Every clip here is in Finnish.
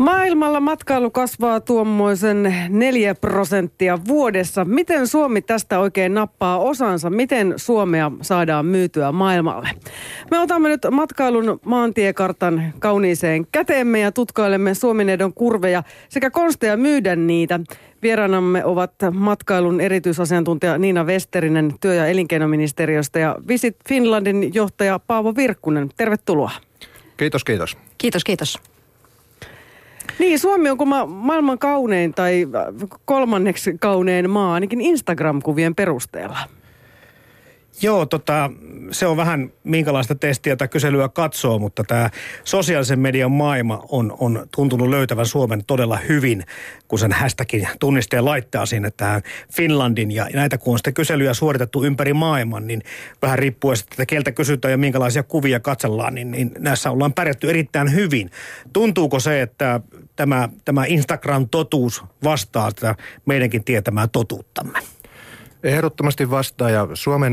Maailmalla matkailu kasvaa tuommoisen 4% vuodessa. Miten Suomi tästä oikein nappaa osansa? Miten Suomea saadaan myytyä maailmalle? Me otamme nyt matkailun maantiekartan kauniiseen käteemme ja tutkailemme Suomi-neidon kurveja sekä konsteja myydä niitä. Vieraanamme ovat matkailun erityisasiantuntija Niina Westerinen työ- ja elinkeinoministeriöstä ja Visit Finlandin johtaja Paavo Virkkunen. Tervetuloa. Kiitos, kiitos. Kiitos. Niin, Suomi on maailman kaunein tai kolmanneksi kaunein maa, ainakin Instagram-kuvien perusteella. Joo, se on vähän minkälaista testiä tai kyselyä katsoo, mutta tämä sosiaalisen median maailma on tuntunut löytävän Suomen todella hyvin, kun sen hashtagin tunnisteen laittaa sinne tähän Finlandin. Ja näitä kun on sitten kyselyjä suoritettu ympäri maailman, niin vähän riippuen sitten, että keltä kysytään ja minkälaisia kuvia katsellaan, niin näissä ollaan pärjätty erittäin hyvin. Tuntuuko se, että tämä Instagram-totuus vastaa tätä meidänkin tietämää totuuttamme? Ehdottomasti vastaa, ja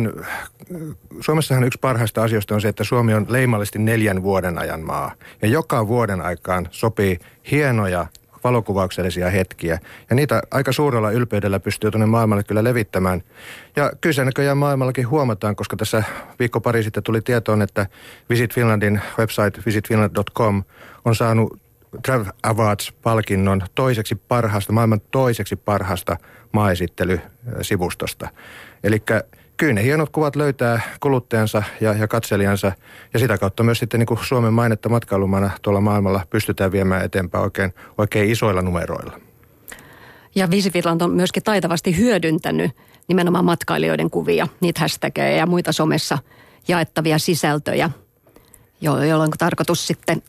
Suomessahan yksi parhaista asioista on se, että Suomi on leimallisesti 4 vuoden ajan maa. Ja joka vuoden aikaan sopii hienoja valokuvauksellisia hetkiä. Ja niitä aika suurella ylpeydellä pystyy tuonne maailmalle kyllä levittämään. Ja kyllä se näköjään maailmallakin huomataan, koska tässä viikko pari sitten tuli tietoon, että Visit Finlandin website visitfinland.com on saanut Travel Awards-palkinnon maailman toiseksi parhaasta maaesittelysivustosta. Eli kyllä ne hienot kuvat löytää kuluttajansa ja katselijansa, ja sitä kautta myös sitten niin kuin Suomen mainetta matkailumana tuolla maailmalla pystytään viemään eteenpäin oikein isoilla numeroilla. Ja Visit Finland on myöskin taitavasti hyödyntänyt nimenomaan matkailijoiden kuvia, niitä hashtageja ja muita jaettavia sisältöjä, jolloin on tarkoitus sitten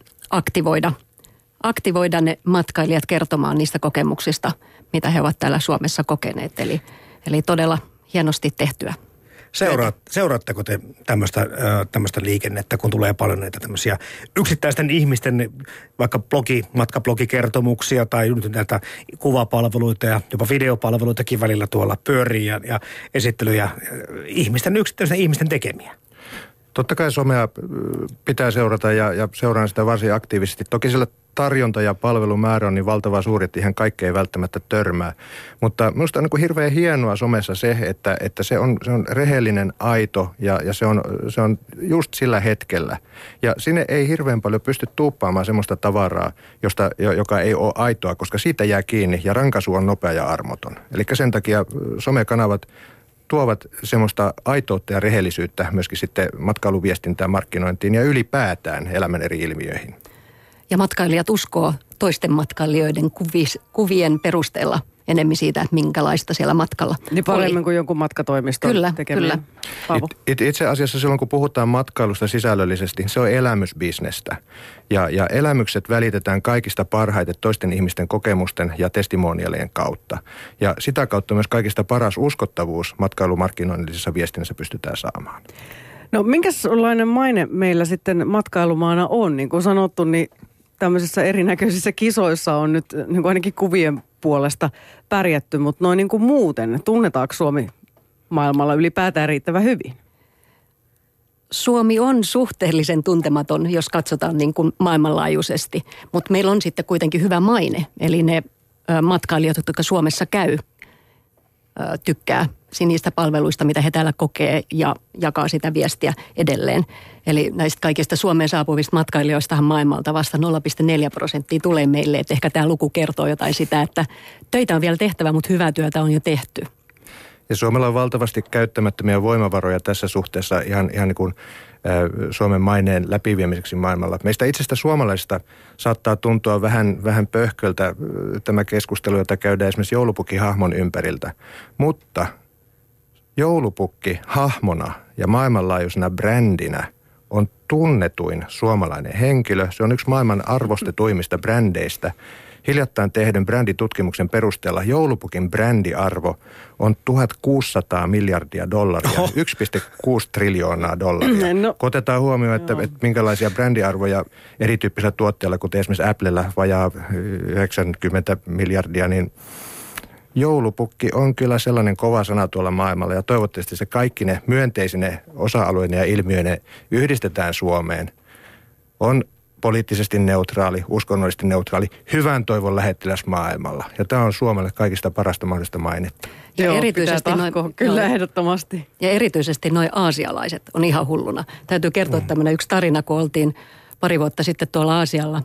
aktivoida ne matkailijat kertomaan niistä kokemuksista, mitä he ovat täällä Suomessa kokeneet. Eli todella hienosti tehtyä. Seuraatteko te tämmöistä liikennettä, kun tulee paljon näitä tämmöisiä yksittäisten ihmisten vaikka matkablogikertomuksia tai näitä kuvapalveluita ja jopa videopalveluitakin välillä tuolla pyörii ja esittelyjä yksittäisten ihmisten tekemiä? Totta kai somea pitää seurata ja seuraan sitä varsin aktiivisesti. Toki sillä tarjonta ja palvelumäärä on niin valtava suuri, että ihan kaikkea ei välttämättä törmää. Mutta minusta on niin kuin hirveän hienoa somessa se, että se on rehellinen, aito ja se on just sillä hetkellä. Ja sinne ei hirveän paljon pysty tuuppaamaan semmoista tavaraa, joka ei ole aitoa, koska siitä jää kiinni ja rankaisu on nopea ja armoton. Eli sen takia somekanavat tuovat semmoista aitoutta ja rehellisyyttä myöskin sitten matkailuviestintään, markkinointiin ja ylipäätään elämän eri ilmiöihin. Ja matkailijat uskoo toisten matkailijoiden kuvien perusteella enemmän siitä, että minkälaista siellä matkalla niin paremmin kuin jonkun matkatoimiston tekeminen. Kyllä. Itse asiassa silloin, kun puhutaan matkailusta sisällöllisesti, se on elämysbisnestä. Ja elämykset välitetään kaikista parhaiten toisten ihmisten kokemusten ja testimonialien kautta. Ja sitä kautta myös kaikista paras uskottavuus matkailumarkkinoinnillisessa viestinnässä pystytään saamaan. No minkälainen maine meillä sitten matkailumaana on? Niin kuin sanottu, niin tämmöisissä erinäköisissä kisoissa on nyt niin kuin ainakin kuvien puolesta pärjätty, mutta noin niin kuin muuten, tunnetaanko Suomi maailmalla ylipäätään riittävän hyvin? Suomi on suhteellisen tuntematon, jos katsotaan niin kuin maailmanlaajuisesti, mutta meillä on sitten kuitenkin hyvä maine. Eli ne matkailijat, jotka Suomessa käy, tykkää niistä palveluista, mitä he täällä kokee ja jakaa sitä viestiä edelleen. Eli näistä kaikista Suomeen saapuvista matkailijoistahan maailmalta vasta 0,4% tulee meille. Että ehkä tämä luku kertoo jotain sitä, että töitä on vielä tehtävä, mutta hyvää työtä on jo tehty. Ja Suomella on valtavasti käyttämättömiä voimavaroja tässä suhteessa ihan niin kuin Suomen maineen läpiviemiseksi maailmalla. Meistä itsestä suomalaisista saattaa tuntua vähän pöhköltä tämä keskustelu, jota käydään esimerkiksi joulupukki-hahmon ympäriltä. Mutta joulupukki hahmona ja maailmanlaajuisena brändinä on tunnetuin suomalainen henkilö. Se on yksi maailman arvostetuimmista brändeistä. Hiljattain tehdyn bränditutkimuksen perusteella joulupukin brändiarvo on $1,600 miljardia, 1,6 triljoonaa dollaria. No. Kun otetaan huomioon, että minkälaisia brändiarvoja erityyppisillä tuotteilla, kuten esimerkiksi Applella vajaa 90 miljardia, niin joulupukki on kyllä sellainen kova sana tuolla maailmalla ja toivottavasti se kaikki ne myönteisine osa-alueine ja ilmiöine yhdistetään Suomeen. On poliittisesti neutraali, uskonnollisesti neutraali, hyvän toivon lähettiläs maailmalla. Ja tämä on Suomelle kaikista parasta mahdollista mainetta. Joo, erityisesti kyllä ehdottomasti. Ja erityisesti noi aasialaiset on ihan hulluna. Täytyy kertoa tämmöinen yksi tarina, kun oltiin pari vuotta sitten tuolla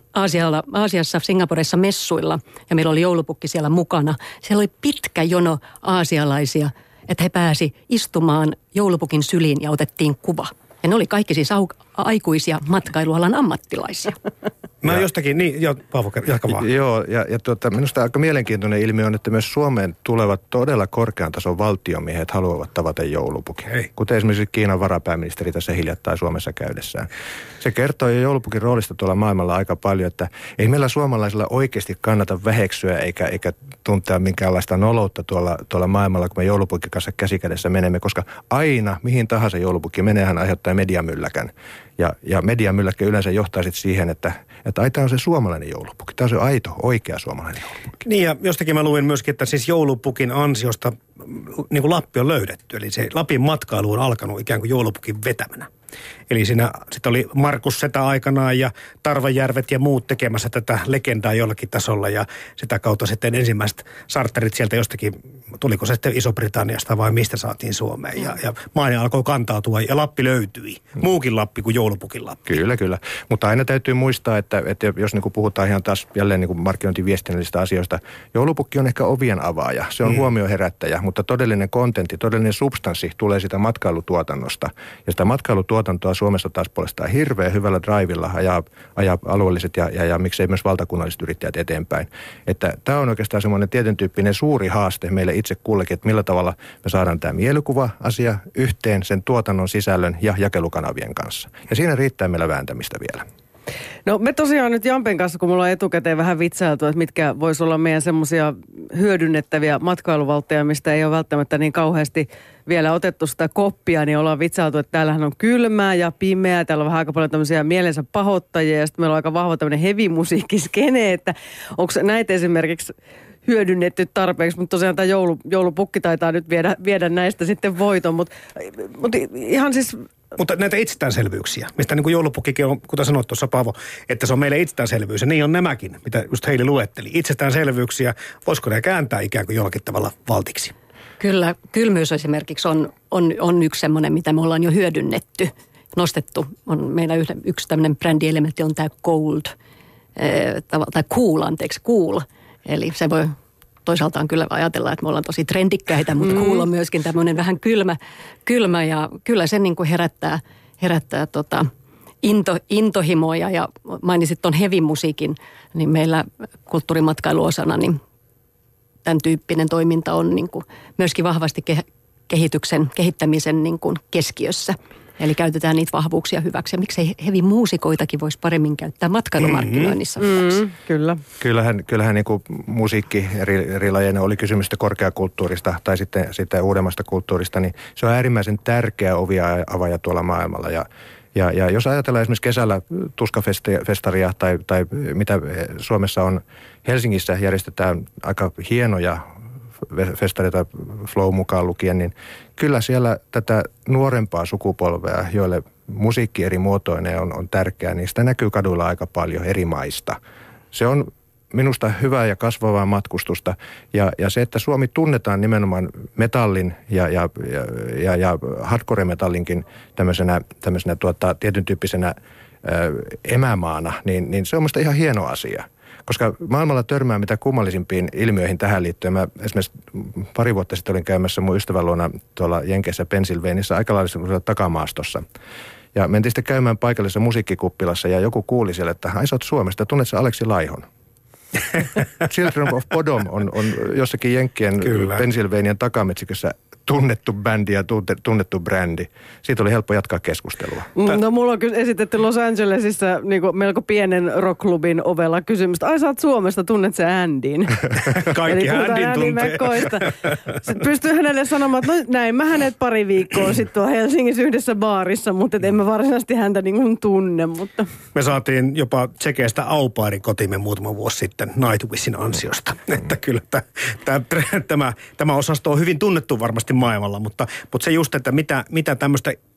Aasiassa, Singaporessa messuilla, ja meillä oli joulupukki siellä mukana. Siellä oli pitkä jono aasialaisia, että he pääsi istumaan joulupukin syliin ja otettiin kuva. Ja ne oli kaikki siis aikuisia matkailualan ammattilaisia. Mä jostakin, niin, Paavo, jatka vaan. Joo, ja minusta aika mielenkiintoinen ilmiö on, että myös Suomeen tulevat todella korkean tason valtiomiehet haluavat tavata joulupukin. Hei. Kuten esimerkiksi Kiinan varapääministeri tässä hiljattain Suomessa käydessään. Se kertoo jo joulupukin roolista tuolla maailmalla aika paljon, että ei meillä suomalaisilla oikeasti kannata väheksyä eikä tuntea minkäänlaista noloutta tuolla maailmalla, kun me joulupukin kanssa käsikädessä menemme, koska aina mihin tahansa joulupukki menee, hän aiheuttaa mediamylläkän. Ja mediamylläkkä yleensä johtaa sitten siihen, että tämä on se suomalainen joulupukki. Tämä on se aito, oikea suomalainen joulupukki. Niin ja jostakin mä luin myöskin, että siis joulupukin ansiosta niin kuin Lappi on löydetty. Eli se Lapin matkailu on alkanut ikään kuin joulupukin vetämänä. Eli siinä sitten oli Markus Setä aikanaan ja Tarvajärvet ja muut tekemässä tätä legendaa jollakin tasolla. Ja sitä kautta sitten ensimmäiset sarterit sieltä jostakin, tuliko se sitten Iso-Britanniasta vai mistä saatiin Suomeen. Ja maine alkoi kantautua ja Lappi löytyi. Muukin Lappi kuin joulupukin Lappi. Kyllä. Mutta aina täytyy muistaa, että jos niin kuin puhutaan ihan taas jälleen niin kuin markkinointiviestinnällisistä asioista, joulupukki on ehkä ovien avaaja. Se on huomioherättäjä, mutta todellinen kontentti, todellinen substanssi tulee sitä matkailutuotannosta. Ja sitä matkailutuotantoa Suomessa taas puolestaan hirveän hyvällä drivilla ajaa alueelliset ja miksei myös valtakunnalliset yrittäjät eteenpäin. Että tämä on oikeastaan semmoinen tietyn tyyppinen suuri haaste meille itse kullekin, että millä tavalla me saadaan tämä mielikuva-asia yhteen sen tuotannon sisällön ja jakelukanavien kanssa. Ja siinä riittää meillä vääntämistä vielä. No me tosiaan nyt Jampen kanssa, kun mulla on etukäteen vähän vitsailtu, että mitkä voisi olla meidän semmoisia hyödynnettäviä matkailuvaltteja, mistä ei ole välttämättä niin kauheasti vielä otettu sitä koppia, niin ollaan vitsailtu, että täällähän on kylmää ja pimeää, täällä on vähän aika paljon tämmöisiä mielensä pahoittajia ja sitten meillä on aika vahva tämmöinen heavy-musiikkiskene, että onko näitä esimerkiksi hyödynnetty tarpeeksi, mutta tosiaan tämä joulupukki taitaa nyt viedä näistä sitten voiton, mutta ihan siis... Mutta näitä itsestäänselvyyksiä, mistä niin kuin joulupukkikin on, kuten sanoit tuossa Paavo, että se on meille itsestäänselvyys. Ja niin on nämäkin, mitä just Heili luetteli. Itsestäänselvyyksiä, voisiko ne kääntää ikään kuin jollakin tavalla valtiksi? Kyllä, kylmyys esimerkiksi on yksi semmoinen, mitä me ollaan jo hyödynnetty, nostettu. Meillä yksi tämmöinen brändielementti on tämä cool. Eli se voi toisaaltaan kyllä ajatella, että me ollaan tosi trendikkäitä, mutta cool on myöskin tämmöinen vähän kylmä ja kyllä se niin kuin herättää intohimoja ja mainitsit ton heavy-musiikin, niin meillä kulttuurimatkailuosana niin tämän tyyppinen toiminta on niin kuin myöskin vahvasti kehittämisen niin kuin keskiössä. Eli käytetään niitä vahvuuksia hyväksi. Ja miksei heavy-muusikoitakin voisi paremmin käyttää matkailumarkkinoinnissa hyväksi. Kyllä. Kyllähän niin kuin musiikki eri lajeina, oli kysymystä korkeakulttuurista tai sitten uudemmasta kulttuurista, niin se on äärimmäisen tärkeä ovia-avaaja tuolla maailmalla. Ja jos ajatellaan esimerkiksi kesällä tuskafestaria tai mitä Suomessa on, Helsingissä järjestetään aika hienoja festareita Flow mukaan lukien, niin kyllä siellä tätä nuorempaa sukupolvea, joille musiikki eri muotoinen on tärkeää, niin sitä näkyy kaduilla aika paljon eri maista. Se on minusta hyvää ja kasvavaa matkustusta ja se, että Suomi tunnetaan nimenomaan metallin ja hardcore-metallinkin tämmöisenä tietyn tyyppisenä emämaana, niin se on minusta ihan hieno asia. Koska maailmalla törmää mitä kummallisimpiin ilmiöihin tähän liittyen. Mä esimerkiksi pari vuotta sitten olin käymässä mun ystävän luona tuolla Jenkeissä Pennsylvaniassa aika lailla semmoisella takamaastossa. Ja mentiin sitten käymään paikallisessa musiikkikuppilassa ja joku kuuli siellä, että ai sä oot Suomesta, tunnet sä Aleksi Laihon? Children of Bodom on jossakin Jenkkien Pennsylvanian takametsikössä tunnettu bändi ja tunnettu brändi. Siitä oli helppo jatkaa keskustelua. No mulla on kyllä esitetty Los Angelesissa niin melko pienen rockklubin ovella kysymystä. Ai sä oot Suomesta, tunnet sä Andyn? Kaikki Andyn tuntee. Sitten pystyy hänelle sanomaan, että no näin mä hänet pari viikkoa sitten tuolla Helsingissä yhdessä baarissa, mutta en mä varsinaisesti häntä niin kuin tunne. Mutta. Me saatiin jopa Tsekeistä aupairin kotimme muutama vuosi sitten Nightwishin ansiosta. Että kyllä tämä osasto on hyvin tunnettu varmasti maailmalla, mutta se just, että mitä tämmöistä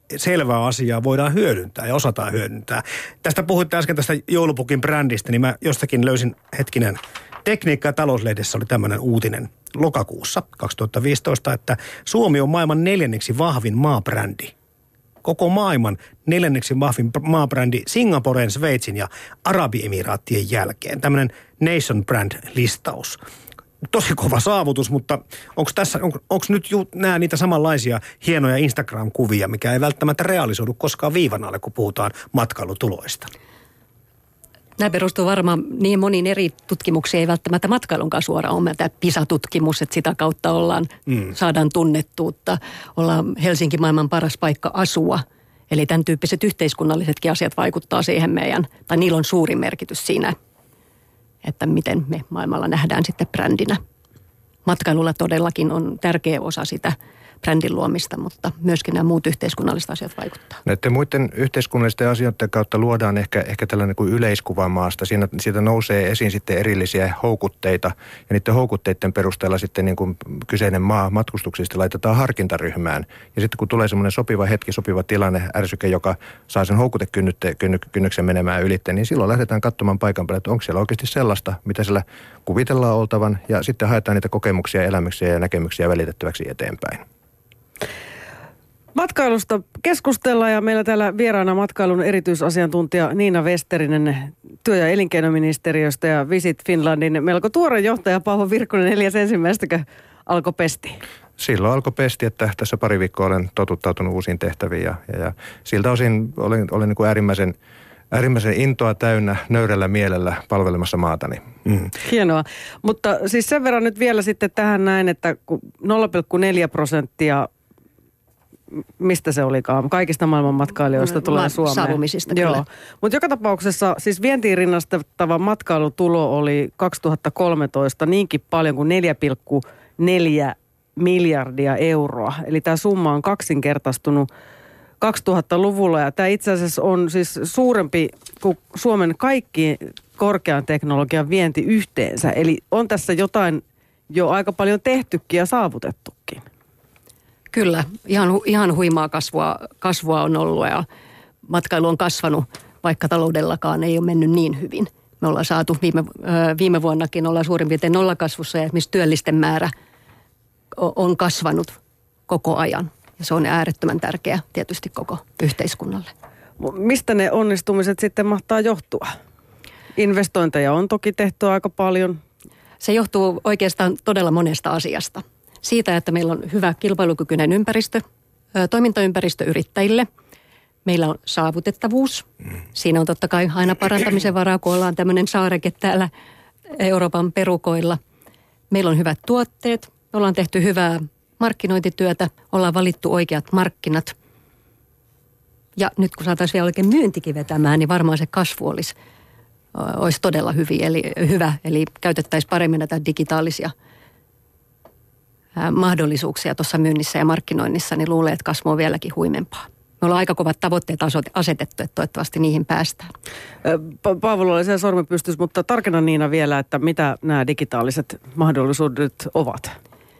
selvää asiaa voidaan hyödyntää ja osataan hyödyntää. Tästä puhuitte äsken tästä joulupukin brändistä, niin mä jostakin löysin Tekniikka- ja talouslehdessä oli tämmöinen uutinen lokakuussa 2015, että Suomi on maailman 4. vahvin maabrändi. Koko maailman 4. vahvin maabrändi Singaporen, Sveitsin ja Arabiemiraattien jälkeen. Tämmöinen Nation Brand-listaus. Tosi kova saavutus, mutta onko nyt nämä niitä samanlaisia hienoja Instagram-kuvia, mikä ei välttämättä realisoidu koskaan viivan alle, kun puhutaan matkailutuloista? Nämä perustuu varmaan niin moniin eri tutkimuksiin, ei välttämättä matkailunkaan suoraan ole tämä PISA-tutkimus, että sitä kautta saadaan tunnettuutta, ollaan Helsinki maailman paras paikka asua. Eli tämän tyyppiset yhteiskunnallisetkin asiat vaikuttaa siihen tai niillä on suuri merkitys siinä, että miten me maailmalla nähdään sitten brändinä. Matkailulla todellakin on tärkeä osa sitä brändin luomista, mutta myöskin nämä muut yhteiskunnalliset asiat vaikuttaa. Näiden muiden yhteiskunnallisten asioiden kautta luodaan ehkä tällainen kuin yleiskuva maasta. Siitä nousee esiin sitten erillisiä houkutteita ja niiden houkutteiden perusteella sitten niin kuin kyseinen maa matkustuksista laitetaan harkintaryhmään. Ja sitten kun tulee semmoinen sopiva hetki, sopiva tilanne, ärsyke, joka saa sen houkutekynnyksen menemään ylitteen, niin silloin lähdetään katsomaan paikan päälle, että onko siellä oikeasti sellaista, mitä siellä kuvitellaan oltavan, ja sitten haetaan niitä kokemuksia, elämyksiä ja näkemyksiä välitettäväksi eteenpäin. Matkailusta keskustellaan ja meillä täällä vieraana matkailun erityisasiantuntija Niina Westerinen työ- ja elinkeinoministeriöstä ja Visit Finlandin melko tuore johtaja Paavo Virkkunen 4.1. alkoi pesti. Silloin alkoi pesti, että tässä pari viikkoa olen totuttautunut uusiin tehtäviin ja siltä osin olen niin kuin äärimmäisen intoa täynnä nöyrällä mielellä palvelemassa maatani. Hienoa. Mutta siis sen verran nyt vielä sitten tähän näin, että 0,4% mistä se olikaan? Kaikista maailman matkailijoista tulee Suomeen. Saapumisista kyllä. Mutta joka tapauksessa siis vientiin rinnastettava matkailutulo oli 2013 niinkin paljon kuin 4,4 miljardia euroa. Eli tämä summa on kaksinkertaistunut 2000-luvulla ja tämä itse asiassa on siis suurempi kuin Suomen kaikki korkean teknologian vienti yhteensä. Eli on tässä jotain jo aika paljon tehtykin ja saavutettukin. Kyllä, ihan huimaa kasvua on ollut ja matkailu on kasvanut, vaikka taloudellakaan ei ole mennyt niin hyvin. Me ollaan saatu viime vuonnakin ollaan suurin piirtein nollakasvussa ja esimerkiksi työllisten määrä on kasvanut koko ajan. Ja se on äärettömän tärkeä tietysti koko yhteiskunnalle. Mistä ne onnistumiset sitten mahtaa johtua? Investointeja on toki tehty aika paljon. Se johtuu oikeastaan todella monesta asiasta. Siitä, että meillä on hyvä kilpailukykyinen ympäristö, toimintaympäristö yrittäjille. Meillä on saavutettavuus. Siinä on totta kai aina parantamisen varaa, kun ollaan tämmöinen saareke täällä Euroopan perukoilla. Meillä on hyvät tuotteet. Me ollaan tehty hyvää markkinointityötä. Ollaan valittu oikeat markkinat. Ja nyt kun saataisiin vielä oikein myyntikin vetämään, niin varmaan se kasvu olisi todella hyvä. Eli käytettäisiin paremmin näitä digitaalisia mahdollisuuksia tuossa myynnissä ja markkinoinnissa, niin luulee, että kasvu on vieläkin huimempaa. Me ollaan aika kovat tavoitteet asetettu, että toivottavasti niihin päästään. Paavolla oli se sormi pystys, mutta tarkenna Niina vielä, että mitä nämä digitaaliset mahdollisuudet ovat.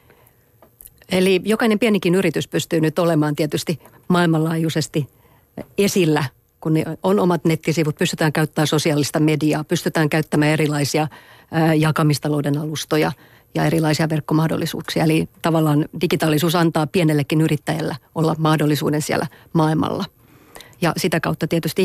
Eli jokainen pienikin yritys pystyy nyt olemaan tietysti maailmanlaajuisesti esillä, kun on omat nettisivut, pystytään käyttämään sosiaalista mediaa, pystytään käyttämään erilaisia jakamistalouden alustoja ja erilaisia verkkomahdollisuuksia. Eli tavallaan digitaalisuus antaa pienellekin yrittäjällä olla mahdollisuuden siellä maailmalla. Ja sitä kautta tietysti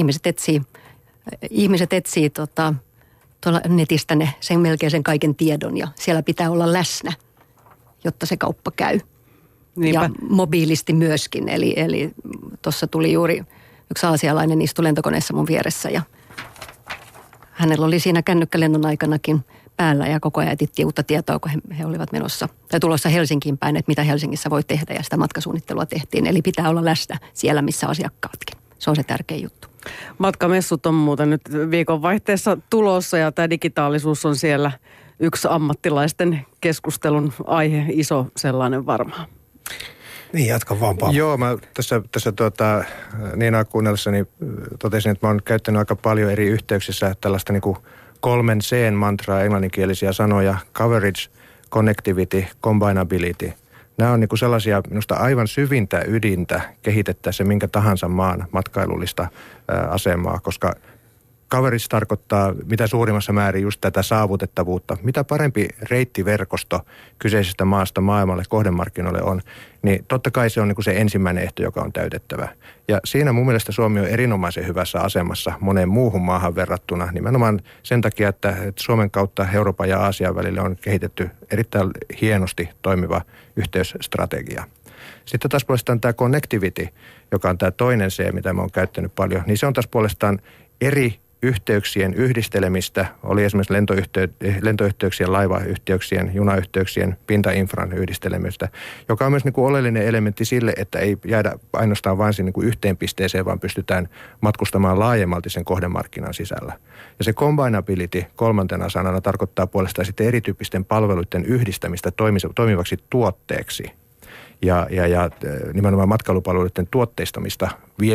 ihmiset etsii tuolla netistä sen kaiken tiedon ja siellä pitää olla läsnä, jotta se kauppa käy. Niinpä. Ja mobiilisti myöskin. Eli tuossa tuli juuri yksi aasialainen istui lentokoneessa mun vieressä ja hänellä oli siinä kännykkälennon aikanakin päällä ja koko ajan etittiin uutta tietoa, kun he olivat tulossa Helsinkiin päin, että mitä Helsingissä voi tehdä ja sitä matkasuunnittelua tehtiin. Eli pitää olla läsnä siellä, missä asiakkaatkin. Se on se tärkeä juttu. Matkamessut on muuten nyt viikonvaihteessa tulossa ja tämä digitaalisuus on siellä yksi ammattilaisten keskustelun aihe, iso sellainen varmaan. Niin, jatka vaan Paavo. Joo, mä tässä Niinaa kuunnellessani totesin, että mä oon käyttänyt aika paljon eri yhteyksissä tällaista niinku 3 C:n mantraa, englanninkielisiä sanoja, coverage, connectivity, combinability. Nämä on niin kuin sellaisia minusta aivan syvintä ydintä kehitettäessä minkä tahansa maan matkailullista asemaa, koska coverage tarkoittaa mitä suurimmassa määrin just tätä saavutettavuutta. Mitä parempi reittiverkosto kyseisestä maasta maailmalle, kohdemarkkinoille on, niin totta kai se on niin kuin se ensimmäinen ehto, joka on täytettävä. Ja siinä mun mielestä Suomi on erinomaisen hyvässä asemassa moneen muuhun maahan verrattuna. Nimenomaan sen takia, että Suomen kautta Euroopan ja Aasian välille on kehitetty erittäin hienosti toimiva yhteysstrategia. Sitten taas puolestaan tämä connectivity, joka on tämä toinen C, mitä mä oon käyttänyt paljon, niin se on taas puolestaan eri yhteyksien yhdistelemistä, oli esimerkiksi lentoyhteyksien, laivayhteyksien, junayhteyksien, pintainfran yhdistelemistä, joka on myös niin kuin oleellinen elementti sille, että ei jäädä ainoastaan vain niin kuin yhteen pisteeseen, vaan pystytään matkustamaan laajemmalti sen kohdemarkkinan sisällä. Ja se combinability kolmantena sanana tarkoittaa puolestaan sitten erityyppisten palveluiden yhdistämistä toimivaksi tuotteeksi. Ja nimenomaan matkailupalveluiden tuotteistamista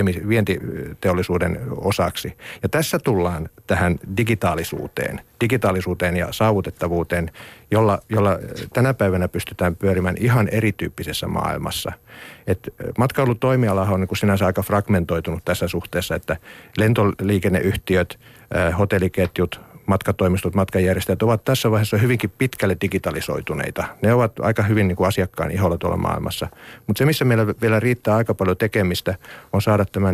vientiteollisuuden osaksi. Ja tässä tullaan tähän digitaalisuuteen ja saavutettavuuteen, jolla tänä päivänä pystytään pyörimään ihan erityyppisessä maailmassa. Et matkailutoimialahan on niin kuin sinänsä aika fragmentoitunut tässä suhteessa, että lentoliikenneyhtiöt, hotelliketjut, matkatoimistot, matkanjärjestäjät ovat tässä vaiheessa hyvinkin pitkälle digitalisoituneita. Ne ovat aika hyvin niin kuin asiakkaan iholla tuolla maailmassa. Mutta se, missä meillä vielä riittää aika paljon tekemistä, on saada tämä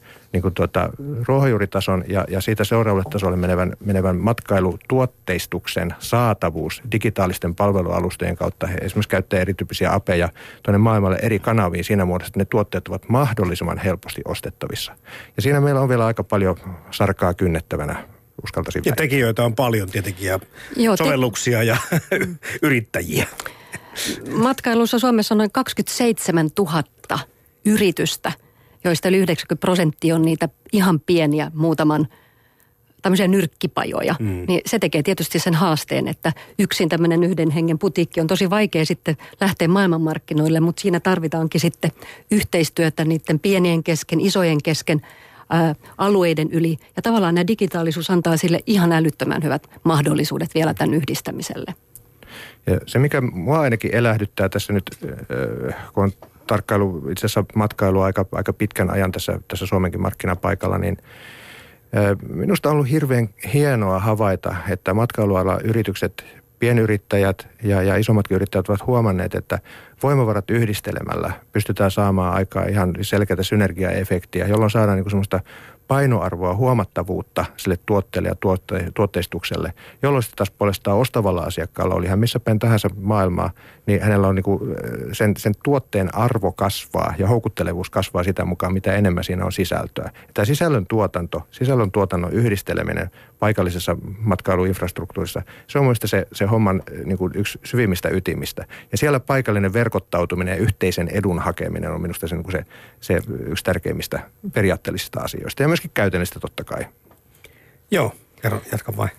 ruohonjuuritason ja siitä seuraavalle tasolle menevän matkailutuotteistuksen saatavuus digitaalisten palvelualustojen kautta. He esimerkiksi käyttää erityyppisiä apeja tuonne maailmalle eri kanaviin siinä muodossa, että ne tuotteet ovat mahdollisimman helposti ostettavissa. Ja siinä meillä on vielä aika paljon sarkaa kynnettävänä. Ja tekijöitä on paljon tietenkin ja sovelluksia ja yrittäjiä. Matkailussa Suomessa on noin 27 000 yritystä, joista yli 90% on niitä ihan pieniä muutaman tämmöisiä nyrkkipajoja. Niin se tekee tietysti sen haasteen, että yksin tämmöinen yhden hengen putiikki on tosi vaikea sitten lähteä maailmanmarkkinoille, mutta siinä tarvitaankin sitten yhteistyötä niiden pienien kesken, isojen kesken, alueiden yli. Ja tavallaan nämä digitaalisuus antaa sille ihan älyttömän hyvät mahdollisuudet vielä tämän yhdistämiselle. Ja se, mikä mua ainakin elähdyttää tässä nyt, kun on tarkkailu itse asiassa matkailu aika pitkän ajan tässä Suomenkin markkinapaikalla, niin minusta on ollut hirveän hienoa havaita, että matkailuala yritykset, pienyrittäjät ja isommatkin yrittäjät ovat huomanneet, että voimavarat yhdistelemällä pystytään saamaan aikaan ihan selkeätä synergiaefektiä, jolloin saadaan niin semmoista painoarvoa, huomattavuutta sille tuotteelle ja tuotteistukselle, jolloin sitten taas puolestaan ostavalla asiakkaalla, oli hän missä päin tahansa maailmaa, niin hänellä on sen tuotteen arvo kasvaa ja houkuttelevuus kasvaa sitä mukaan, mitä enemmän siinä on sisältöä. Tämä sisällön tuotannon yhdisteleminen paikallisessa matkailuinfrastruktuurissa, se on mielestäni se homman niin kuin yksi syvimmistä ytimistä. Ja siellä paikallinen verkottautuminen ja yhteisen edun hakeminen on minusta se yksi tärkeimmistä periaatteellisista asioista. Ja myöskin käytännöllistä totta kai. Joo, jatka vai.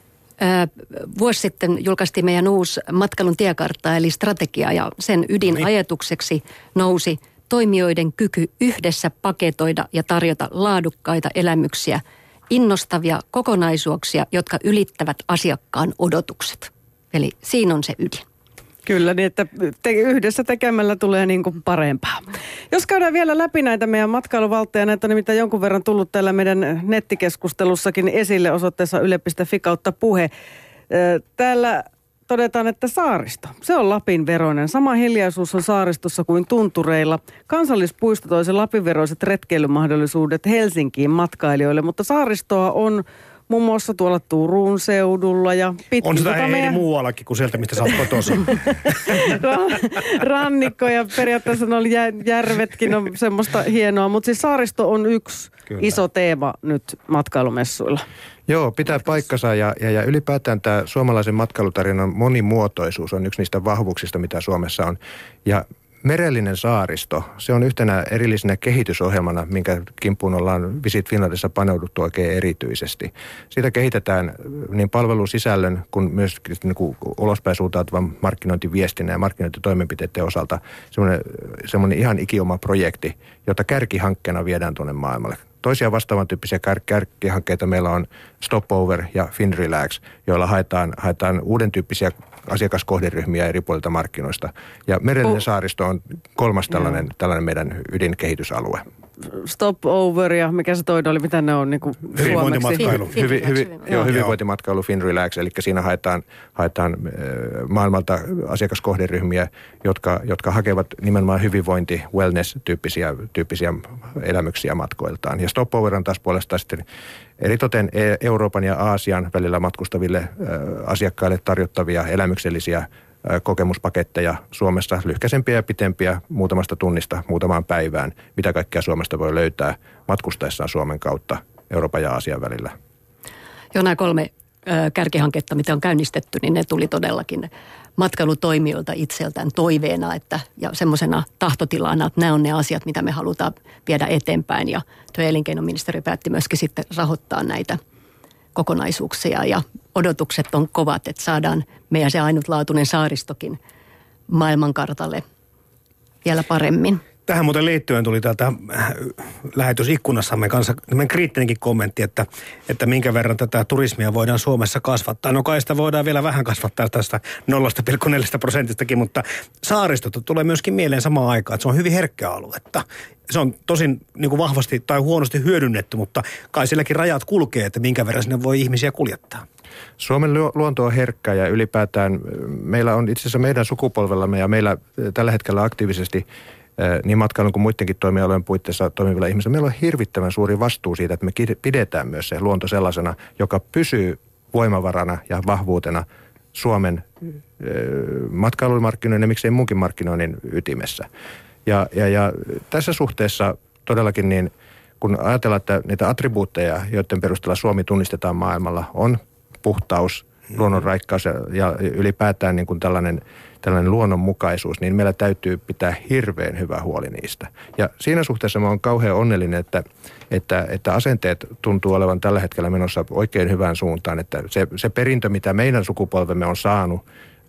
Vuosi sitten julkaistiin meidän uusi matkailun tiekartta eli strategia ja sen ydinajatukseksi nousi toimijoiden kyky yhdessä paketoida ja tarjota laadukkaita elämyksiä, innostavia kokonaisuuksia, jotka ylittävät asiakkaan odotukset. Eli siinä on se ydin. Kyllä, niin että yhdessä tekemällä tulee niin kuin parempaa. Jos käydään vielä läpi näitä meidän matkailuvaltteja, näitä on nimittäin jonkun verran tullut täällä meidän nettikeskustelussakin esille osoitteessa yle.fi/puhe. Täällä todetaan, että saaristo, se on Lapin veroinen. Sama hiljaisuus on saaristossa kuin tuntureilla. Kansallispuisto toisi Lapin veroiset retkeilymahdollisuudet Helsinkiin matkailijoille, mutta saaristoa on muun muassa tuolla Turun seudulla ja pitkin. On sitä Heidi muuallakin kuin sieltä, mistä sä oot kotoisin. Rannikko ja periaatteessa on järvetkin on semmoista hienoa, mutta siis saaristo on yksi iso teema nyt matkailumessuilla. Joo, pitää paikkansa ja ylipäätään tämä suomalaisen matkailutarjonnan monimuotoisuus on yksi niistä vahvuuksista, mitä Suomessa on. Ja merellinen saaristo, se on yhtenä erillisenä kehitysohjelmana, minkä kimppuun ollaan Visit Finlandissa paneuduttu oikein erityisesti. Siitä kehitetään niin palvelusisällön kuin myös niin ulospäin suuntautuvan markkinointiviestinnän ja markkinointitoimenpiteiden osalta semmoinen ihan ikioma projekti, jota kärkihankkeena viedään tuonne maailmalle. Toisia vastaavan tyyppisiä kärkihankkeita meillä on Stopover ja FinRelax, joilla haetaan uuden tyyppisiä asiakaskohderyhmiä eri puolilta markkinoista. Ja merellinen saaristo on kolmas tällainen meidän ydinkehitysalue. Stopover ja mikä se toinen oli, mitä ne on niin kuin hyvinvointimatkailu. Hyvinvointimatkailu, FinRelax, eli siinä haetaan maailmalta asiakaskohderyhmiä, jotka hakevat nimenomaan hyvinvointi, wellness-tyyppisiä elämyksiä matkoiltaan. Ja Stopover on taas puolestaan sitten eritoten Euroopan ja Aasian välillä matkustaville asiakkaille tarjottavia elämyksellisiä kokemuspaketteja Suomessa, lyhkäisempiä ja pitempiä, muutamasta tunnista muutamaan päivään, mitä kaikkea Suomesta voi löytää matkustaessaan Suomen kautta Euroopan ja Aasian välillä. Joo, nämä 3 kärkihanketta, mitä on käynnistetty, niin ne tuli todellakin matkailutoimijoilta itseltään toiveena ja semmoisena tahtotilana, että nämä on ne asiat, mitä me halutaan viedä eteenpäin. Ja työ- ja elinkeinoministeriö päätti myöskin sitten rahoittaa näitä kokonaisuuksia ja odotukset on kovat, että saadaan meidän se ainutlaatuinen saaristokin maailmankartalle vielä paremmin. Tähän muuten liittyen tuli täältä lähetysikkunassamme kanssa kriittinenkin kommentti, että minkä verran tätä turismia voidaan Suomessa kasvattaa. No kai sitä voidaan vielä vähän kasvattaa tästä 0,4%, mutta saaristot tulee myöskin mieleen samaan aikaan, että se on hyvin herkkää aluetta. Se on tosin niin kuin vahvasti tai huonosti hyödynnetty, mutta kai silläkin rajat kulkee, että minkä verran sinne voi ihmisiä kuljettaa. Suomen luonto on herkkä ja ylipäätään meillä on itse asiassa meidän sukupolvellamme ja meillä tällä hetkellä aktiivisesti niin matkailun kuin muidenkin toimialojen puitteissa toimivilla ihmisillä. Meillä on hirvittävän suuri vastuu siitä, että me pidetään myös se luonto sellaisena, joka pysyy voimavarana ja vahvuutena Suomen matkailumarkkinoiden ja miksei muunkin markkinoinnin ytimessä. Ja tässä suhteessa todellakin niin, kun ajatellaan, että niitä attribuutteja, joiden perusteella Suomi tunnistetaan maailmalla, on puhtaus, luonnonraikkaus ja ylipäätään niin kuin tällainen luonnonmukaisuus, niin meillä täytyy pitää hirveän hyvä huoli niistä. Ja siinä suhteessa mä oon kauhean onnellinen, että asenteet tuntuu olevan tällä hetkellä menossa oikein hyvään suuntaan, että se perintö, mitä meidän sukupolvemme on saanut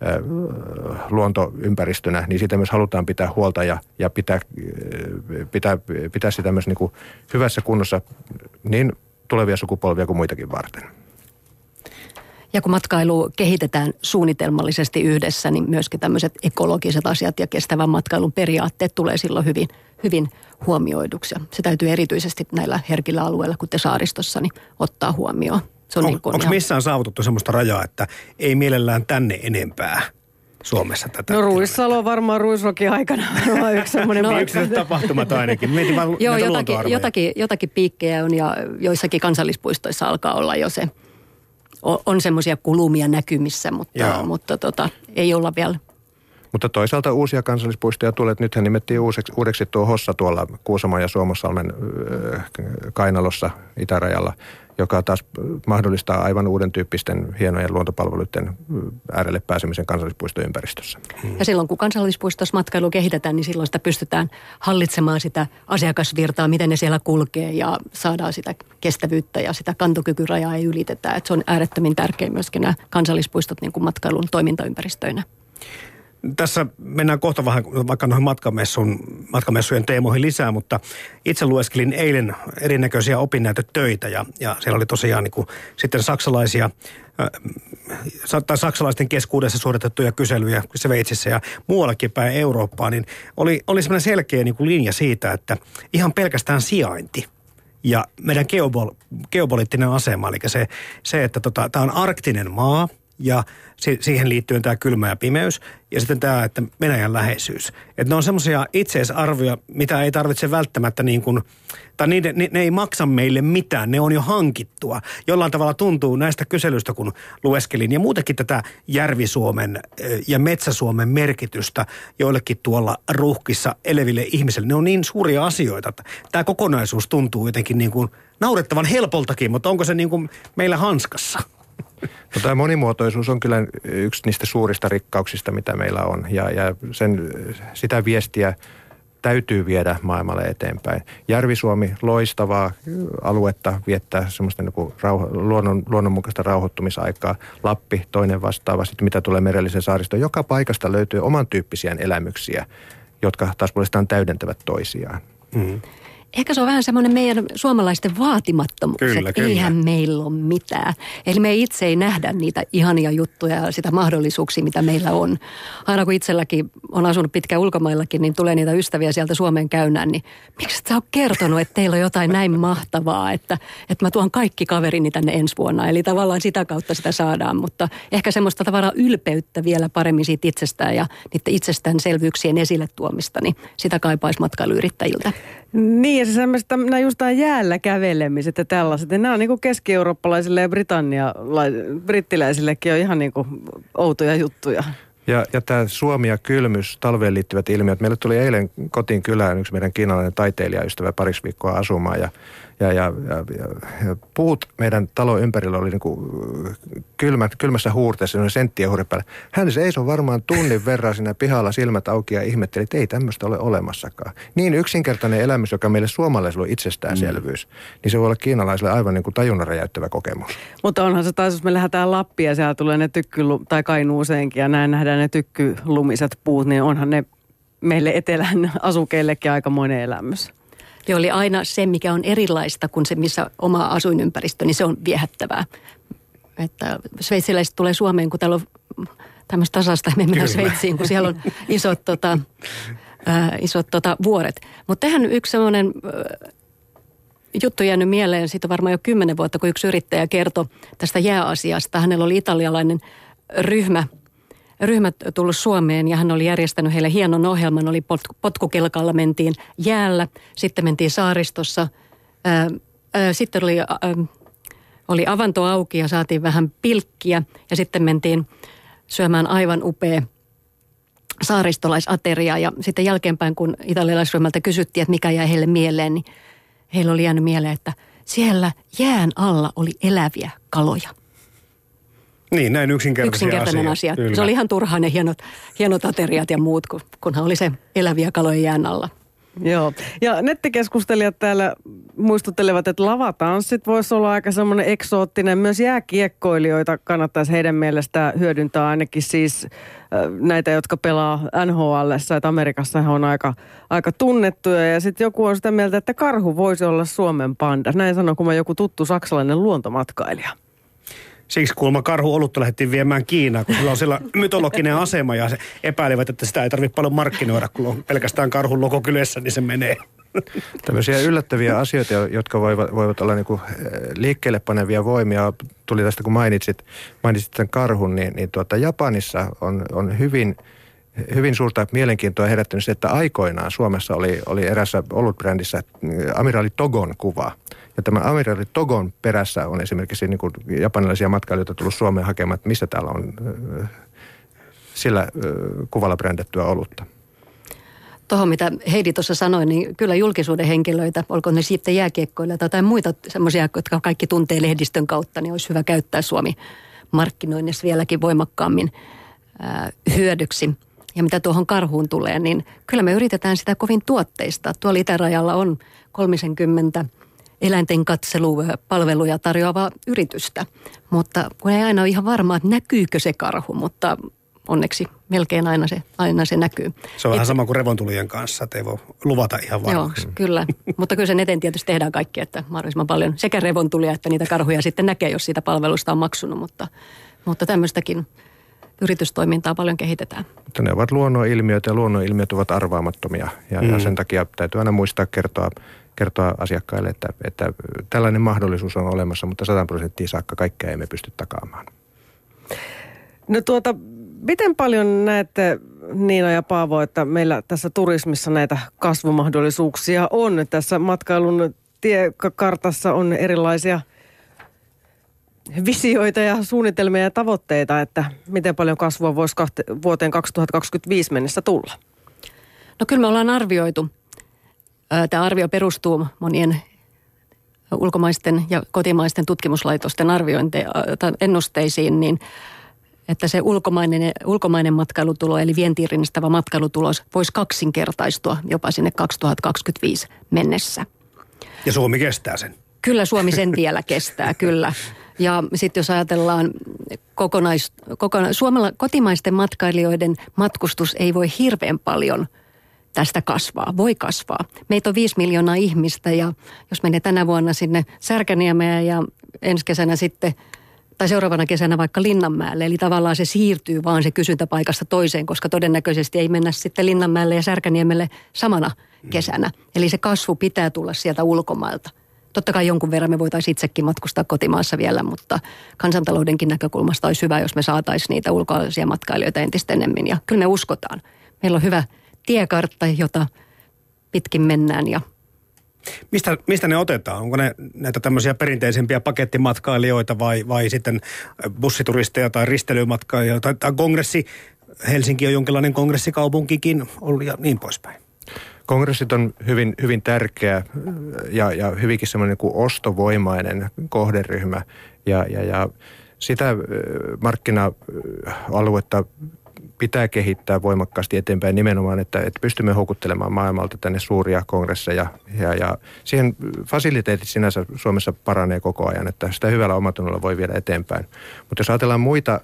luontoympäristönä, niin siitä myös halutaan pitää huolta ja pitää sitä myös niin kuin hyvässä kunnossa niin tulevia sukupolvia kuin muitakin varten. Ja kun matkailu kehitetään suunnitelmallisesti yhdessä, niin myöskin tämmöiset ekologiset asiat ja kestävän matkailun periaatteet tulee silloin hyvin huomioiduksi. Se täytyy erityisesti näillä herkillä alueilla, kuten saaristossa, niin ottaa huomioon. Onko missään saavutettu semmoista rajaa, että ei mielellään tänne enempää Suomessa tätä? No Ruissalo varmaan Ruisrokin aikana on yksi semmoinen. Yksityiset tapahtumat ainakin. Joo, jotakin piikkejä on ja joissakin kansallispuistoissa alkaa olla jo se. On semmoisia kulumia näkymissä, mutta ei olla vielä. Mutta toisaalta uusia kansallispuistoja tulee. Nythän nimettiin uudeksi tuo Hossa tuolla Kuusamon ja Suomussalmen kainalossa itärajalla, joka taas mahdollistaa aivan uuden tyyppisten hienojen luontopalveluiden äärelle pääsemisen kansallispuistoympäristössä. Ja silloin kun kansallispuistossa matkailu kehitetään, niin silloin sitä pystytään hallitsemaan sitä asiakasvirtaa, miten ne siellä kulkee ja saadaan sitä kestävyyttä ja sitä kantokykyrajaa ei ylitetä. Että se on äärettömin tärkeä myöskin nämä kansallispuistot niin kuin matkailun toimintaympäristöinä. Tässä mennään kohta vähän vaikka noihin matkamessujen teemoihin lisää, mutta itse lueskelin eilen erinäköisiä opinnäytetöitä ja siellä oli tosiaan niin kuin sitten saksalaisten keskuudessa suoritettuja kyselyjä Sveitsissä ja muuallakin päin Eurooppaa, niin oli semmoinen selkeä niin kuin linja siitä, että ihan pelkästään sijainti ja meidän geopoliittinen asema, eli se että tämä on arktinen maa, ja siihen liittyen tämä kylmä ja pimeys ja sitten tämä, että Venäjän läheisyys. Että ne on semmoisia itseisarvoja, mitä ei tarvitse välttämättä niin kuin, tai ne ei maksa meille mitään, ne on jo hankittua. Jollain tavalla tuntuu näistä kyselyistä, kun lueskelin ja muutenkin tätä Järvi-Suomen ja Metsä-Suomen merkitystä joillekin tuolla ruuhkissa eleville ihmisille. Ne on niin suuria asioita, että tämä kokonaisuus tuntuu jotenkin niin kuin naurettavan helpoltakin, mutta onko se niin kuin meillä hanskassa? No, tämä monimuotoisuus on kyllä yksi niistä suurista rikkauksista, mitä meillä on, ja sitä viestiä täytyy viedä maailmalle eteenpäin. Järvi-Suomi, loistavaa aluetta viettää semmoista niin kuin luonnonmukaista rauhoittumisaikaa. Lappi, toinen vastaava. Sitten mitä tulee merellisen saaristoon, joka paikasta löytyy oman tyyppisiä elämyksiä, jotka taas puolestaan täydentävät toisiaan. Mm. Ehkä se on vähän semmoinen meidän suomalaisten vaatimattomuus, Kyllä. Eihän meillä ole mitään. Eli me itse ei nähdä niitä ihania juttuja ja sitä mahdollisuuksia, mitä meillä on. Aina kun itselläkin on asunut pitkään ulkomaillakin, niin tulee niitä ystäviä sieltä Suomeen käynnään, niin miksi sä oot kertonut, että teillä on jotain näin mahtavaa, että mä tuon kaikki kaverini tänne ensi vuonna. Eli tavallaan sitä kautta sitä saadaan, mutta ehkä semmoista tavallaan ylpeyttä vielä paremmin siitä itsestään ja niiden itsestäänselvyyksien esille tuomista, niin sitä kaipaisi matkailuyrittäjiltä. Niin, ja se semmoista, just nämä jäällä kävelemiset ja tällaiset, ja nämä on niin kuin keski-eurooppalaisille ja brittiläisillekin on ihan niin kuin outoja juttuja. Ja tämä suomi ja kylmyys, talveen liittyvät ilmiöt. Meille tuli eilen kotiin kylään yksi meidän kiinalainen taiteilijaystävä pariksi viikkoa asumaan ja puut meidän talon ympärillä oli niinku kylmässä huurteessa, noin senttien huureen päällä. Hän seisoi varmaan tunnin verran siinä pihalla silmät auki ja ihmetteli, että ei tämmöistä ole olemassakaan. Niin yksinkertainen elämys, joka meille suomalaisille on itsestäänselvyys, niin se voi olla kiinalaisille aivan niin kuin tajunnan räjäyttävä kokemus. Mutta onhan se taas, jos me lähdetään Lappiin ja siellä tulee ne tai Kainuuseenkin ja näin nähdään ne tykkylumiset puut, niin onhan ne meille etelän asukeillekin aikamoinen elämys. Ja oli aina se, mikä on erilaista kuin se, missä oma asuinympäristö, niin se on viehättävää. Että sveitsiläiset tulee Suomeen, kun täällä on tämmöistä tasasta, me mennään Sveitsiin, kun siellä on isot vuoret. Mutta tähän yksi semmoinen juttu jäänyt mieleen, siitä on varmaan jo 10 vuotta, kun yksi yrittäjä kertoi tästä jääasiasta. Hänellä oli italialainen ryhmä tullut Suomeen ja hän oli järjestänyt heille hienon ohjelman, oli potkukelkalla, mentiin jäällä, sitten mentiin saaristossa, sitten oli avanto auki ja saatiin vähän pilkkiä ja sitten mentiin syömään aivan upea saaristolaisateria ja sitten jälkeenpäin, kun italialaisryhmältä kysyttiin, että mikä jäi heille mieleen, niin heillä oli jäänyt mieleen, että siellä jään alla oli eläviä kaloja. Niin, näin yksinkertainen asia. Se oli ihan turhaa ne hienot ateriat ja muut, kunhan oli se eläviä kaloja jään alla. Joo, ja nettikeskustelijat täällä muistuttelevat, että lavatanssit voisi olla aika semmoinen eksoottinen. Myös jääkiekkoilijoita kannattaisi heidän mielestään hyödyntää ainakin siis näitä, jotka pelaa NHL:ssä, että Amerikassa he on aika tunnettuja. Ja sitten joku on sitä mieltä, että karhu voisi olla Suomen panda. Näin sanoo kun joku tuttu saksalainen luontomatkailija. Siksi kuulemma karhu-olutta lähdettiin viemään Kiinaan, kun sillä on siellä mytologinen asema ja se epäilevät, että sitä ei tarvitse paljon markkinoida, kun on pelkästään karhun logo kyljessä, niin se menee. Tämmöisiä yllättäviä asioita, jotka voivat olla niinku liikkeelle panevia voimia. Tuli tästä, kun mainitsit sen karhun, niin Japanissa on hyvin suurta mielenkiintoa herättänyt se, että aikoinaan Suomessa oli erässä olutbrändissä amiraali Togon kuva. Ja tämä amiraali Togon perässä on esimerkiksi niin kuin japanilaisia matkailijoita tullut Suomeen hakemaan, että missä täällä on sillä kuvalla brändättyä olutta. Tuohon, mitä Heidi tuossa sanoi, niin kyllä julkisuuden henkilöitä, olkoon ne sitten jääkiekkoilla tai muita semmoisia, jotka kaikki tuntee lehdistön kautta, niin olisi hyvä käyttää Suomi-markkinoinnissa vieläkin voimakkaammin hyödyksi. Ja mitä tuohon karhuun tulee, niin kyllä me yritetään sitä kovin tuotteista. Tuolla itärajalla on 30 eläinten katselupalveluja tarjoavaa yritystä, mutta kun ei aina ole ihan varmaa, että näkyykö se karhu, mutta onneksi melkein aina se näkyy. Se on vähän sama kuin revontulien kanssa, että ei voi luvata ihan varmaksi. Joo, kyllä. Mutta kyllä sen eteen tietysti tehdään kaikki, että mahdollisimman paljon sekä revontulia että niitä karhuja sitten näkee, jos siitä palvelusta on maksunut, mutta tämmöistäkin yritystoimintaa paljon kehitetään. Mutta ne ovat luonnonilmiöitä ja luonnonilmiöt ovat arvaamattomia ja sen takia täytyy aina muistaa kertoa asiakkaille, että tällainen mahdollisuus on olemassa, mutta 100% saakka kaikkea emme pysty takaamaan. No miten paljon näette, Niina ja Paavo, että meillä tässä turismissa näitä kasvumahdollisuuksia on? Tässä matkailun tiekartassa on erilaisia visioita ja suunnitelmia ja tavoitteita, että miten paljon kasvua voisi vuoteen 2025 mennessä tulla? No kyllä me ollaan arvioitu. Tämä arvio perustuu monien ulkomaisten ja kotimaisten tutkimuslaitosten ennusteisiin, niin että se ulkomainen matkailutulo, eli vientiin rinnastettava matkailutulos, voisi kaksinkertaistua jopa sinne 2025 mennessä. Ja Suomi kestää sen. Kyllä Suomi sen vielä kestää, kyllä. Ja sitten jos ajatellaan kotimaisten matkailijoiden matkustus ei voi hirveän paljon tästä voi kasvaa. Meitä on 5 miljoonaa ihmistä ja jos menee tänä vuonna sinne Särkäniemeen ja ensi kesänä sitten, tai seuraavana kesänä vaikka Linnanmäelle, eli tavallaan se siirtyy vaan se kysyntä paikasta toiseen, koska todennäköisesti ei mennä sitten Linnanmäelle ja Särkäniemelle samana kesänä. Eli se kasvu pitää tulla sieltä ulkomailta. Totta kai jonkun verran me voitaisiin itsekin matkustaa kotimaassa vielä, mutta kansantaloudenkin näkökulmasta olisi hyvä, jos me saataisiin niitä ulkomaalaisia matkailijoita entistä enemmän. Ja kyllä me uskotaan. Meillä on hyvä tiekartta, jota pitkin mennään. Ja Mistä ne otetaan? Onko ne näitä tämmöisiä perinteisempiä pakettimatkailijoita vai sitten bussituristeja tai risteilymatkailijoita tai kongressi? Helsinki on jonkinlainen kongressikaupunkikin ollut ja niin poispäin. Kongressit on hyvin, hyvin tärkeä ja hyvinkin semmoinen niin kuin ostovoimainen kohderyhmä ja sitä markkina-aluetta pitää kehittää voimakkaasti eteenpäin nimenomaan, että pystymme houkuttelemaan maailmalta tänne suuria kongresseja ja siihen fasiliteetit sinänsä Suomessa paranee koko ajan, että sitä hyvällä omatunnolla voi viedä eteenpäin. Mutta jos ajatellaan muita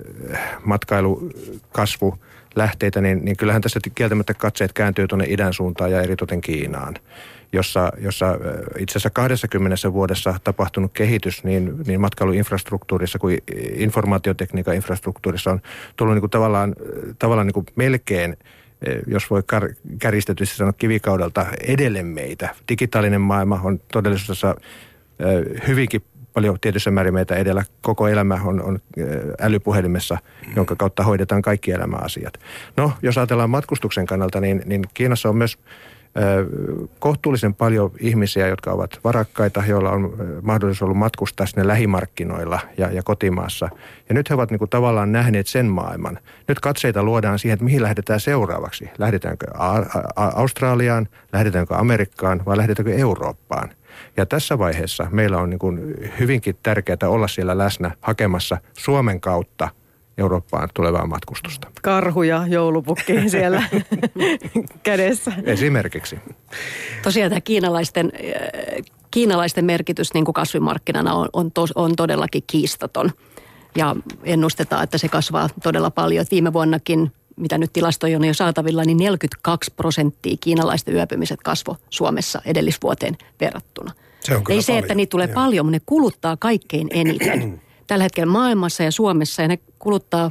matkailukasvulähteitä, niin kyllähän tässä kieltämättä katseet kääntyy tuonne idän suuntaan ja eritoten Kiinaan, jossa itse asiassa 20 vuodessa tapahtunut kehitys niin matkailuinfrastruktuurissa kuin informaatiotekniikan infrastruktuurissa on tullut niin kuin tavallaan niin kuin melkein, jos voi kärjistetysti sanoa kivikaudelta, edelle meitä. Digitaalinen maailma on todellisuudessa hyvinkin paljon tietyssä määrin meitä edellä. Koko elämä on älypuhelimessa, jonka kautta hoidetaan kaikki elämäasiat. No, jos ajatellaan matkustuksen kannalta, niin Kiinassa on myös kohtuullisen paljon ihmisiä, jotka ovat varakkaita, joilla on mahdollisuus ollut matkustaa sinne lähimarkkinoilla ja kotimaassa. Ja nyt he ovat niin kuin tavallaan nähneet sen maailman. Nyt katseita luodaan siihen, että mihin lähdetään seuraavaksi. Lähdetäänkö Australiaan, lähdetäänkö Amerikkaan vai lähdetäänkö Eurooppaan? Ja tässä vaiheessa meillä on niin kuin hyvinkin tärkeää olla siellä läsnä hakemassa Suomen kautta Eurooppaan tulevaa matkustusta. Karhu ja joulupukki siellä kädessä. Esimerkiksi. Tosiaan tämä kiinalaisten merkitys niin kuin kasvimarkkinana on todellakin kiistaton. Ja ennustetaan, että se kasvaa todella paljon. Viime vuonnakin, mitä nyt tilastoja on jo saatavilla, niin 42% kiinalaisten yöpymiset kasvoi Suomessa edellisvuoteen verrattuna. Ei se, että niitä tulee paljon, mutta ne kuluttaa kaikkein eniten. Tällä hetkellä maailmassa ja Suomessa ja ne kuluttaa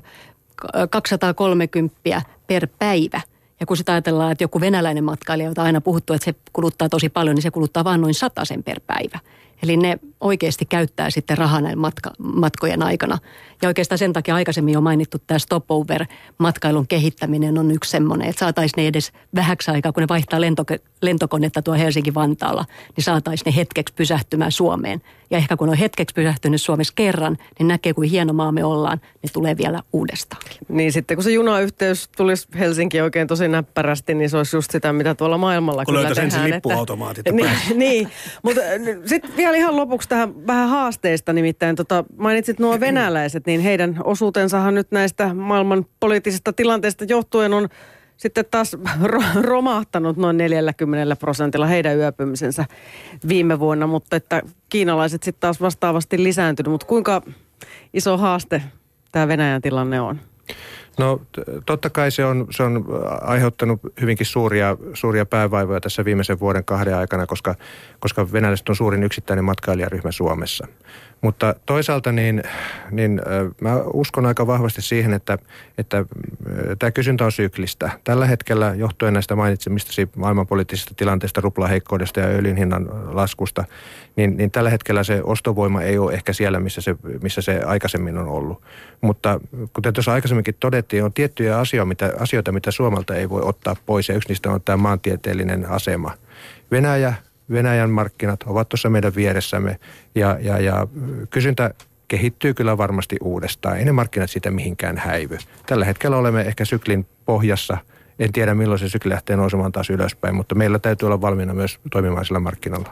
230 per päivä. Ja kun sitä ajatellaan, että joku venäläinen matkailija, jota on aina puhuttu, että se kuluttaa tosi paljon, niin se kuluttaa vain noin 100 per päivä. Eli ne oikeasti käyttää sitten rahaa näin matkojen aikana. Ja oikeastaan sen takia aikaisemmin jo mainittu tämä stopover-matkailun kehittäminen on yksi semmoinen, että saataisiin ne edes vähäksi aikaa, kun ne vaihtaa lentokonetta tuo Helsinki-Vantaalla, niin saataisiin ne hetkeksi pysähtymään Suomeen. Ja ehkä kun on hetkeksi pysähtynyt Suomessa kerran, niin näkee, kuin hieno maa me ollaan, ne tulee vielä uudestaan. Niin sitten kun se junayhteys tulisi Helsinkiin oikein tosi näppärästi, niin se olisi just sitä, mitä tuolla maailmalla kun kyllä tehdään. Kun löytäisi lippuautomaatit. Niin, mutta sitten vielä ihan lopuksi tähän vähän haasteista nimittäin. Mainitsit nuo venäläiset, niin heidän osuutensahan nyt näistä maailman poliittisista tilanteista johtuen on sitten taas romahtanut noin 40% heidän yöpymisensä viime vuonna, mutta että kiinalaiset sitten taas vastaavasti lisääntynyt. Mutta kuinka iso haaste tämä Venäjän tilanne on? No totta kai se on aiheuttanut hyvinkin suuria päävaivoja tässä viimeisen vuoden 2 aikana, koska venäläiset on suurin yksittäinen matkailijaryhmä Suomessa. Mutta toisaalta niin mä uskon aika vahvasti siihen, että tämä kysyntä on syklistä. Tällä hetkellä johtuen näistä mainitsemistasi maailmanpoliittisista tilanteista, ruplaheikkoudesta ja öljyn hinnan laskusta, niin tällä hetkellä se ostovoima ei ole ehkä siellä, missä se aikaisemmin on ollut. Mutta kuten tuossa aikaisemminkin todettiin, on tiettyjä asioita, mitä Suomalta ei voi ottaa pois, ja yksi niistä on tämä maantieteellinen asema. Venäjän markkinat ovat tuossa meidän vieressämme ja kysyntä kehittyy kyllä varmasti uudestaan. Ei ne markkinat siitä mihinkään häivy. Tällä hetkellä olemme ehkä syklin pohjassa. En tiedä milloin se sykli lähtee nousemaan taas ylöspäin, mutta meillä täytyy olla valmiina myös toimimaan sillä markkinalla.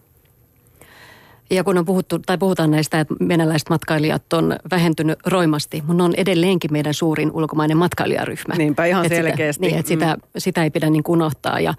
Ja kun on puhutaan näistä, että venäläiset matkailijat on vähentynyt roimasti, mutta ne on edelleenkin meidän suurin ulkomainen matkailijaryhmä. Niinpä ihan selkeästi. Sitä ei pidä niin kuin unohtaa ja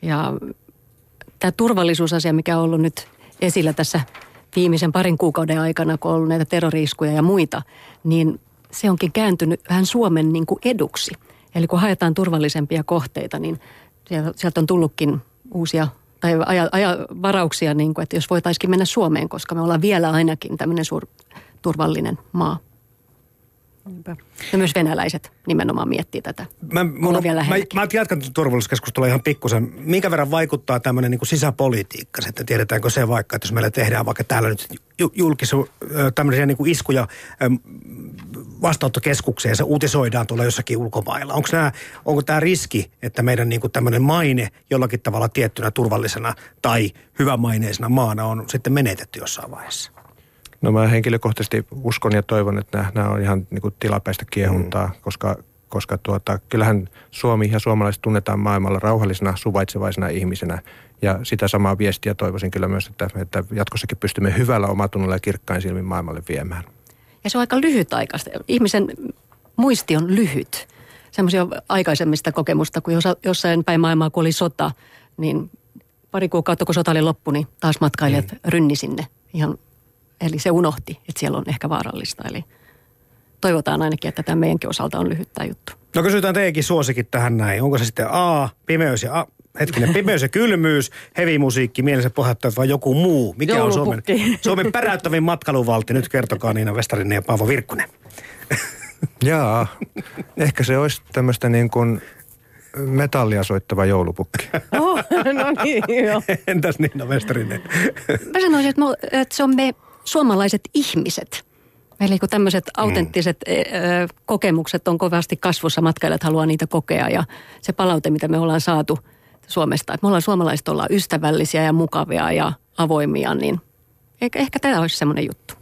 tämä turvallisuusasia, mikä on ollut nyt esillä tässä viimeisen 2 kuukauden aikana, kun on ollut näitä terrori-iskuja ja muita, niin se onkin kääntynyt vähän Suomen niin kuin eduksi. Eli kun haetaan turvallisempia kohteita, niin Sieltä on tullutkin uusia tai varauksia, niin kuin, että jos voitaisiin mennä Suomeen, koska me ollaan vielä ainakin tämmöinen turvallinen maa. Ja myös venäläiset nimenomaan miettii tätä. Mä jatkan turvallisuuskeskustelua ihan pikkusen. Minkä verran vaikuttaa tämmöinen niin kuin sisäpolitiikka? Että tiedetäänkö se vaikka, että jos meillä tehdään vaikka täällä nyt tämmöisiä niin kuin iskuja vastaanottokeskukseen ja se uutisoidaan tuolla jossakin ulkomailla. Onko tämä riski, että meidän niin kuin tämmöinen maine jollakin tavalla tiettynä turvallisena tai hyvänmaineisena maana on sitten menetetty jossain vaiheessa? No mä henkilökohtaisesti uskon ja toivon, että nämä on ihan niin kuin tilapäistä kiehuntaa, koska kyllähän Suomi ja suomalaiset tunnetaan maailmalla rauhallisena, suvaitsevaisena ihmisenä. Ja sitä samaa viestiä toivoisin kyllä myös, että jatkossakin pystymme hyvällä omatunnolla ja kirkkain silmin maailmalle viemään. Ja se on aika lyhytaikaista. Ihmisen muisti on lyhyt. Semmoisia aikaisemmista kokemusta, kun jossain päin maailmaa, kun oli sota, niin pari kuukautta kun sota oli loppu, niin taas matkailijat rynni sinne ihan. Eli se unohti, että siellä on ehkä vaarallista. Eli toivotaan ainakin, että tämä meidänkin osalta on lyhyt tämä juttu. No kysytään teidänkin suosikit tähän näin. Onko se sitten pimeys ja kylmyys, heavy-musiikki, mielensä pohjattaa vai joku muu? Mikä on Suomen päräyttävin matkailuvaltti? Nyt kertokaa Niina Vestarinen ja Paavo Virkkunen. Jaa, ehkä se olisi tämmöistä niin kuin metallia soittava joulupukki. No niin, joo. Entäs Niina Vestarinen? Mä sanoisin, että se on me suomalaiset ihmiset. Eli kun tämmöiset autenttiset kokemukset on kovasti kasvussa, matkailijat haluaa niitä kokea ja se palaute, mitä me ollaan saatu Suomesta, että me ollaan suomalaiset, ollaan ystävällisiä ja mukavia ja avoimia, niin ehkä tämä olisi semmoinen juttu.